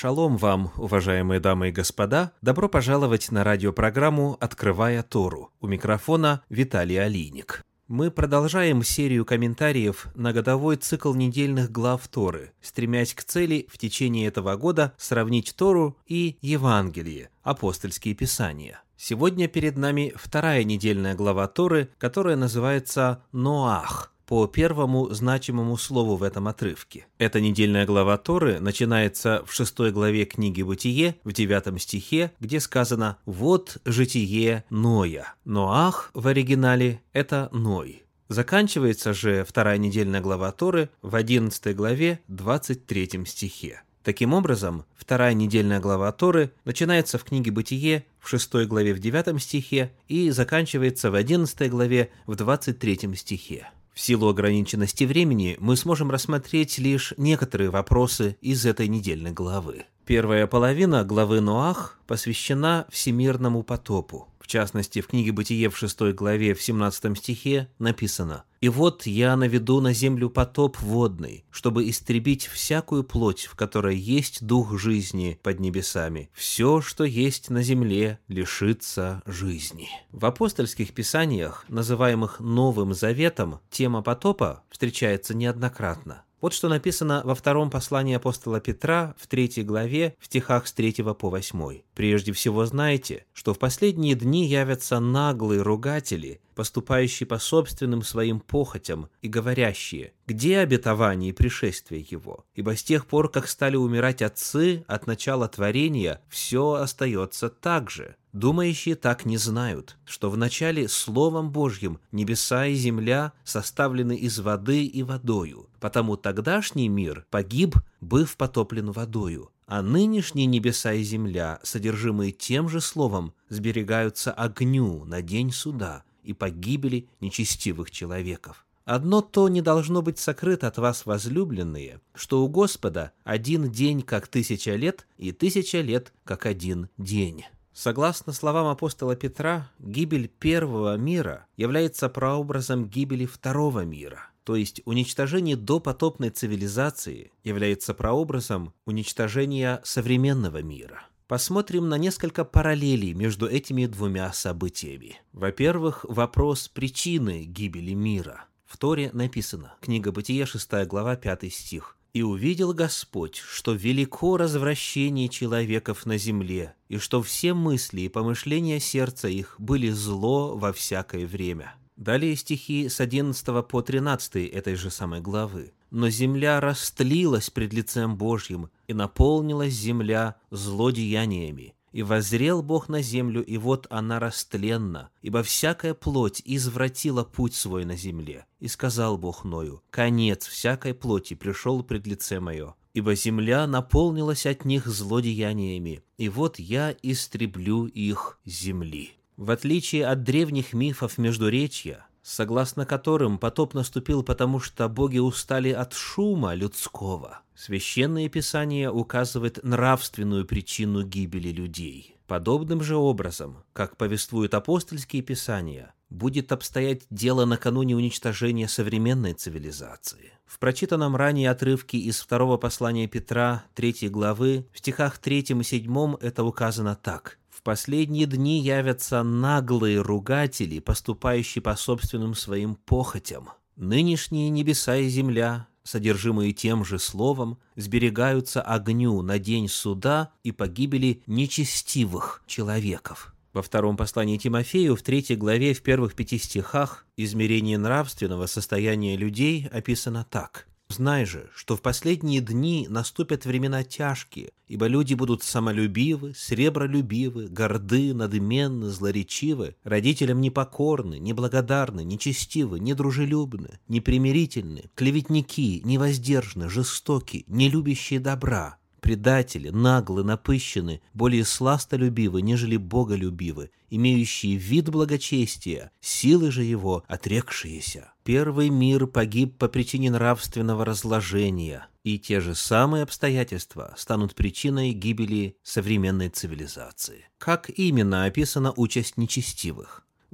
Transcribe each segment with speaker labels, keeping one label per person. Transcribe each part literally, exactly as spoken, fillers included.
Speaker 1: Шалом вам, уважаемые дамы и господа! Добро пожаловать на радиопрограмму «Открывая Тору». У микрофона Виталий Алийник. Мы продолжаем серию комментариев на годовой цикл недельных глав Торы, стремясь к цели в течение этого года сравнить Тору и Евангелие, апостольские писания. Сегодня перед нами вторая недельная глава Торы, которая называется «Ноах», по первому значимому слову в этом отрывке. Эта недельная глава Торы начинается в шестой главе книги Бытие, в девятом стихе, где сказано «Вот житие Ноя». Ноах в оригинале – это Ной. Заканчивается же вторая недельная глава Торы в одиннадцатой главе, двадцать третьем стихе. Таким образом, вторая недельная глава Торы начинается в книге Бытие в шестой главе в девятом стихе и заканчивается в одиннадцатой главе в двадцать третьем стихе. В силу ограниченности времени мы сможем рассмотреть лишь некоторые вопросы из этой недельной главы. Первая половина главы Ноах посвящена всемирному потопу. В частности, в книге Бытие в шестой главе в семнадцатом стихе написано: «И вот я наведу на землю потоп водный, чтобы истребить всякую плоть, в которой есть дух жизни под небесами. Все, что есть на земле, лишится жизни». В апостольских писаниях, называемых Новым Заветом, тема потопа встречается неоднократно. Вот что написано во втором послании апостола Петра в третьей главе в стихах с третьего по восьмой. «Прежде всего знайте, что в последние дни явятся наглые ругатели, поступающие по собственным своим похотям и говорящие: где обетование и пришествие его? Ибо с тех пор, как стали умирать отцы от начала творения, все остается так же. Думающие так не знают, что вначале Словом Божьим небеса и земля составлены из воды и водою, потому тогдашний мир погиб, быв потоплен водою, а нынешние небеса и земля, содержимые тем же Словом, сберегаются огню на день суда и погибели нечестивых человеков. Одно то не должно быть сокрыто от вас, возлюбленные, что у Господа один день как тысяча лет, и тысяча лет как один день». Согласно словам апостола Петра, гибель первого мира является прообразом гибели второго мира, то есть уничтожение допотопной цивилизации является прообразом уничтожения современного мира. Посмотрим на несколько параллелей между этими двумя событиями. Во-первых, вопрос причины гибели мира. В Торе написано, книга Бытие, шестая глава, пятый стих: «И увидел Господь, что велико развращение человеков на земле, и что все мысли и помышления сердца их были зло во всякое время». Далее стихи с одиннадцатого по тринадцатый этой же самой главы. «Но земля растлилась пред лицем Божьим, и наполнилась земля злодеяниями. И воззрел Бог на землю, и вот она растленна, ибо всякая плоть извратила путь свой на земле. И сказал Бог Ною: конец всякой плоти пришел пред лице мое, ибо земля наполнилась от них злодеяниями, и вот я истреблю их земли». В отличие от древних мифов Междуречья, согласно которым потоп наступил потому, что боги устали от шума людского, Священное Писание указывает нравственную причину гибели людей. Подобным же образом, как повествуют апостольские писания, будет обстоять дело накануне уничтожения современной цивилизации. В прочитанном ранее отрывке из второго послания Петра, третьей главы, в стихах третьем и седьмом это указано так: «В последние дни явятся наглые ругатели, поступающие по собственным своим похотям. Нынешние небеса и земля, содержимые тем же словом, сберегаются огню на день суда и погибели нечестивых человеков». Во втором послании Тимофею, в третьей главе, в первых пяти стихах, измерение нравственного состояния людей описано так: «Знай же, что в последние дни наступят времена тяжкие, ибо люди будут самолюбивы, сребролюбивы, горды, надменны, злоречивы, родителям непокорны, неблагодарны, нечестивы, недружелюбны, непримирительны, клеветники, невоздержаны, жестоки, нелюбящие добра, предатели, наглы, напыщены, более сластолюбивы, нежели боголюбивы, имеющие вид благочестия, силы же его отрекшиеся. Первый мир погиб по причине нравственного разложения, и те же самые обстоятельства станут причиной гибели современной цивилизации». Как именно описана участь нечестивых?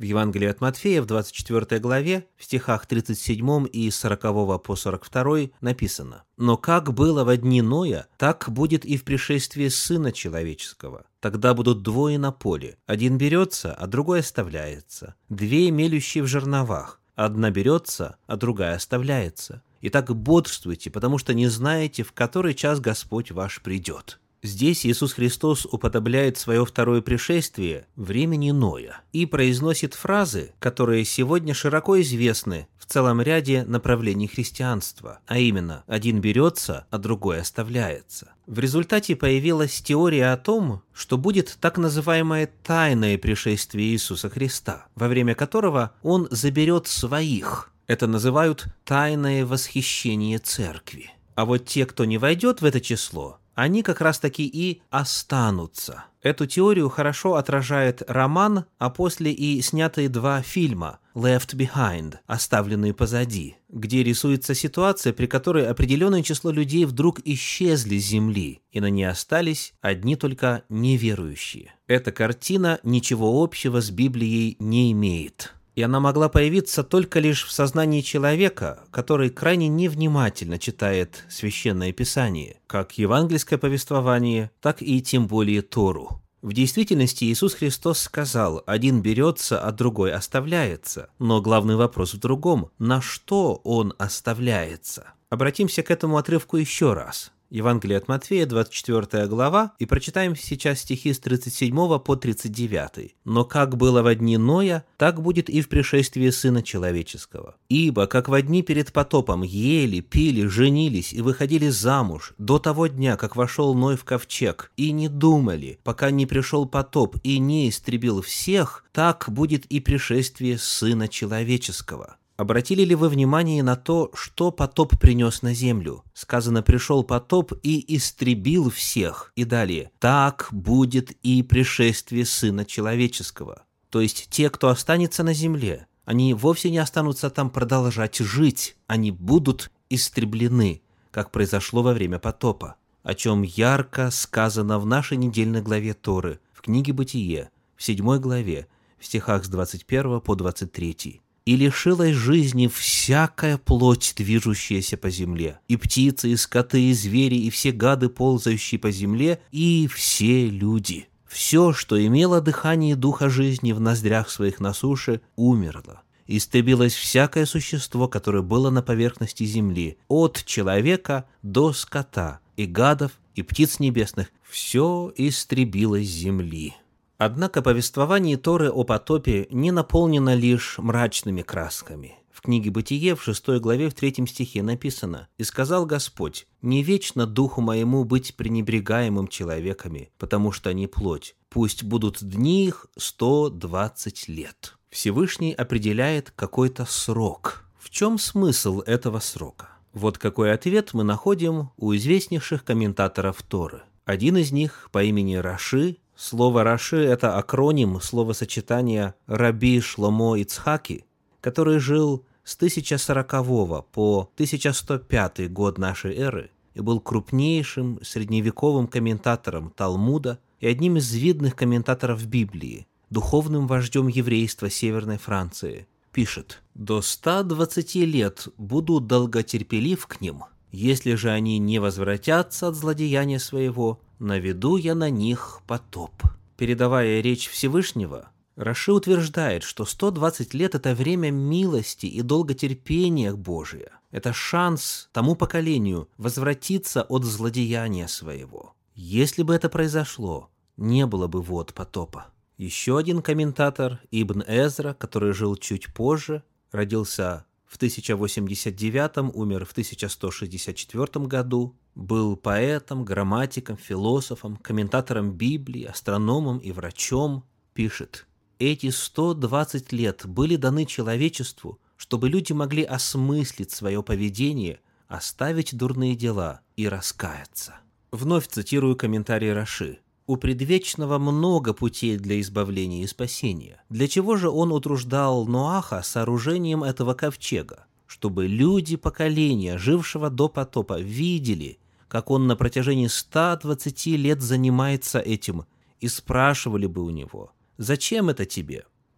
Speaker 1: В Евангелии от Матфея в двадцать четвёртой главе, в стихах тридцать седьмом и сорокового по сорок второй написано: «Но как было во дни Ноя, так будет и в пришествии Сына Человеческого. Тогда будут двое на поле, один берется, а другой оставляется, две мелющие в жерновах, одна берется, а другая оставляется. Итак, бодрствуйте, потому что не знаете, в который час Господь ваш придет». Здесь Иисус Христос уподобляет свое второе пришествие времени Ноя и произносит фразы, которые сегодня широко известны в целом ряде направлений христианства, а именно «один берется, а другой оставляется». В результате появилась теория о том, что будет так называемое тайное пришествие Иисуса Христа, во время которого Он заберет своих. Это называют тайное восхищение церкви. А вот те, кто не войдет в это число, они как раз-таки и останутся. Эту теорию хорошо отражает роман, а после и снятые два фильма «Left Behind», «Оставленные позади», где рисуется ситуация, при которой определенное число людей вдруг исчезли с земли, и на ней остались одни только неверующие. Эта картина ничего общего с Библией не имеет. И она могла появиться только лишь в сознании человека, который крайне невнимательно читает Священное Писание, как евангельское повествование, так и тем более Тору. В действительности Иисус Христос сказал: «Один берется, а другой оставляется». Но главный вопрос в другом: на что Он оставляется? Обратимся к этому отрывку еще раз. Евангелие от Матфея, двадцать четвёртая глава, и прочитаем сейчас стихи с тридцать седьмого по тридцать девятый. «Но как было во дни Ноя, так будет и в пришествии Сына Человеческого. Ибо, как во дни перед потопом ели, пили, женились и выходили замуж до того дня, как вошел Ной в ковчег, и не думали, пока не пришел потоп и не истребил всех, так будет и пришествие Сына Человеческого». Обратили ли вы внимание на то, что потоп принес на землю? Сказано: «Пришел потоп и истребил всех». И далее: «Так будет и пришествие Сына Человеческого». То есть те, кто останется на земле, они вовсе не останутся там продолжать жить, они будут истреблены, как произошло во время потопа, о чем ярко сказано в нашей недельной главе Торы, в книге Бытие, в седьмой главе, в стихах с двадцать первого по двадцать третий. «И лишилась жизни всякая плоть, движущаяся по земле, и птицы, и скоты, и звери, и все гады, ползающие по земле, и все люди. Все, что имело дыхание духа жизни в ноздрях своих на суше, умерло. Истребилось всякое существо, которое было на поверхности земли, от человека до скота, и гадов, и птиц небесных. Все истребилось с земли». Однако повествование Торы о потопе не наполнено лишь мрачными красками. В книге Бытие в шестой главе в третьем стихе написано: «И сказал Господь: не вечно духу моему быть пренебрегаемым человеками, потому что они плоть. Пусть будут дни их сто двадцать лет». Всевышний определяет какой-то срок. В чем смысл этого срока? Вот какой ответ мы находим у известнейших комментаторов Торы. Один из них по имени Раши. Слово «Раши» — это акроним словосочетания Раби Шломо Ицхаки, который жил с тысяча сорокового по тысяча сто пятый год нашей эры и был крупнейшим средневековым комментатором Талмуда и одним из видных комментаторов Библии, духовным вождем еврейства Северной Франции. Пишет: «До ста двадцати лет буду долготерпелив к ним. Если же они не возвратятся от злодеяния своего, наведу я на них потоп». Передавая речь Всевышнего, Раши утверждает, что сто двадцать лет – это время милости и долготерпения Божия. Это шанс тому поколению возвратиться от злодеяния своего. Если бы это произошло, не было бы вод потопа. Еще один комментатор, Ибн Эзра, который жил чуть позже, родился в тысяча восемьдесят девятом, умер в тысяча сто шестьдесят четвёртом году, был поэтом, грамматиком, философом, комментатором Библии, астрономом и врачом. Пишет: «Эти сто двадцать лет были даны человечеству, чтобы люди могли осмыслить свое поведение, оставить дурные дела и раскаяться». Вновь цитирую комментарий Раши. «У предвечного много путей для избавления и спасения. Для чего же он утруждал Ноаха сооружением этого ковчега? Чтобы люди поколения, жившего до потопа, видели, как он на протяжении ста двадцати лет занимается этим, и спрашивали бы у него: зачем это тебе?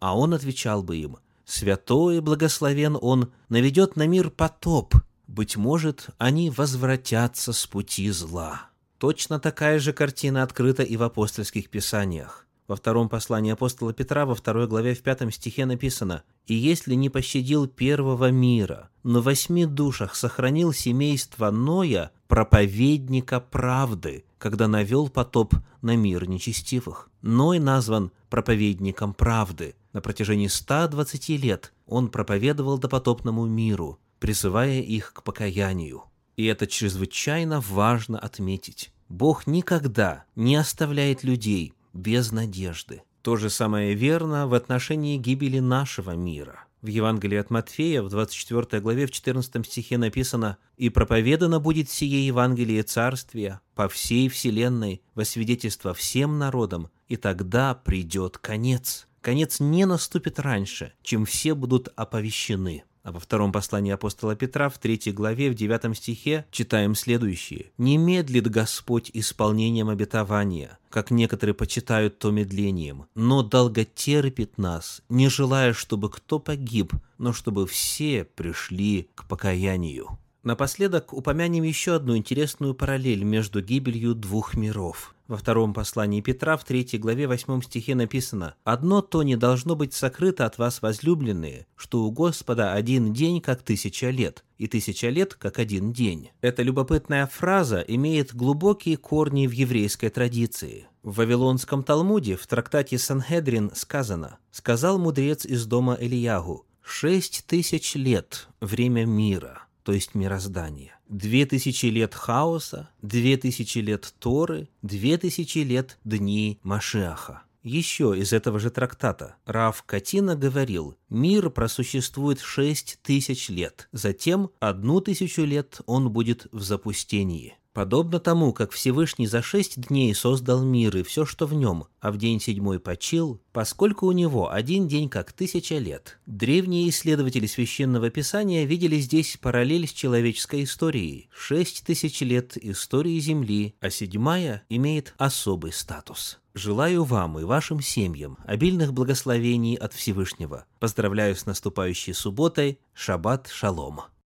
Speaker 1: А он отвечал бы им: «Святой и благословен он наведет на мир потоп. Быть может, они возвратятся с пути зла». Точно такая же картина открыта и в апостольских писаниях. Во втором послании апостола Петра, во второй главе, в пятом стихе написано: «И если не пощадил первого мира, но в восьми душах сохранил семейство Ноя, проповедника правды, когда навел потоп на мир нечестивых». Ной назван проповедником правды. На протяжении ста двадцати лет он проповедовал допотопному миру, призывая их к покаянию. И это чрезвычайно важно отметить. Бог никогда не оставляет людей без надежды. То же самое верно в отношении гибели нашего мира. В Евангелии от Матфея, в двадцать четвёртой главе, в четырнадцатом стихе написано: «И проповедано будет сие Евангелие Царствия по всей вселенной во свидетельство всем народам, и тогда придет конец». Конец не наступит раньше, чем все будут оповещены. А во втором послании апостола Петра, в третьей главе, в девятом стихе, читаем следующее: «Не медлит Господь исполнением обетования, как некоторые почитают то медлением, но долготерпит нас, не желая, чтобы кто погиб, но чтобы все пришли к покаянию». Напоследок упомянем еще одну интересную параллель между гибелью двух миров. Во втором послании Петра, в третьей главе, восьмом стихе написано: «Одно то не должно быть сокрыто от вас, возлюбленные, что у Господа один день, как тысяча лет, и тысяча лет, как один день». Эта любопытная фраза имеет глубокие корни в еврейской традиции. В Вавилонском Талмуде, в трактате Санхедрин сказано: «Сказал мудрец из дома Элиягу: шесть тысяч лет – время мира». То есть мироздание. Две тысячи лет хаоса, две тысячи лет Торы, две тысячи лет дней Машиаха. Еще из этого же трактата Рав Катина говорил: мир просуществует шесть тысяч лет, затем одну тысячу лет он будет в запустении. Подобно тому, как Всевышний за шесть дней создал мир и все, что в нем, а в день седьмой почил, поскольку у него один день как тысяча лет. Древние исследователи Священного Писания видели здесь параллель с человеческой историей. Шесть тысяч лет истории Земли, а седьмая имеет особый статус. Желаю вам и вашим семьям обильных благословений от Всевышнего. Поздравляю с наступающей субботой. Шаббат шалом.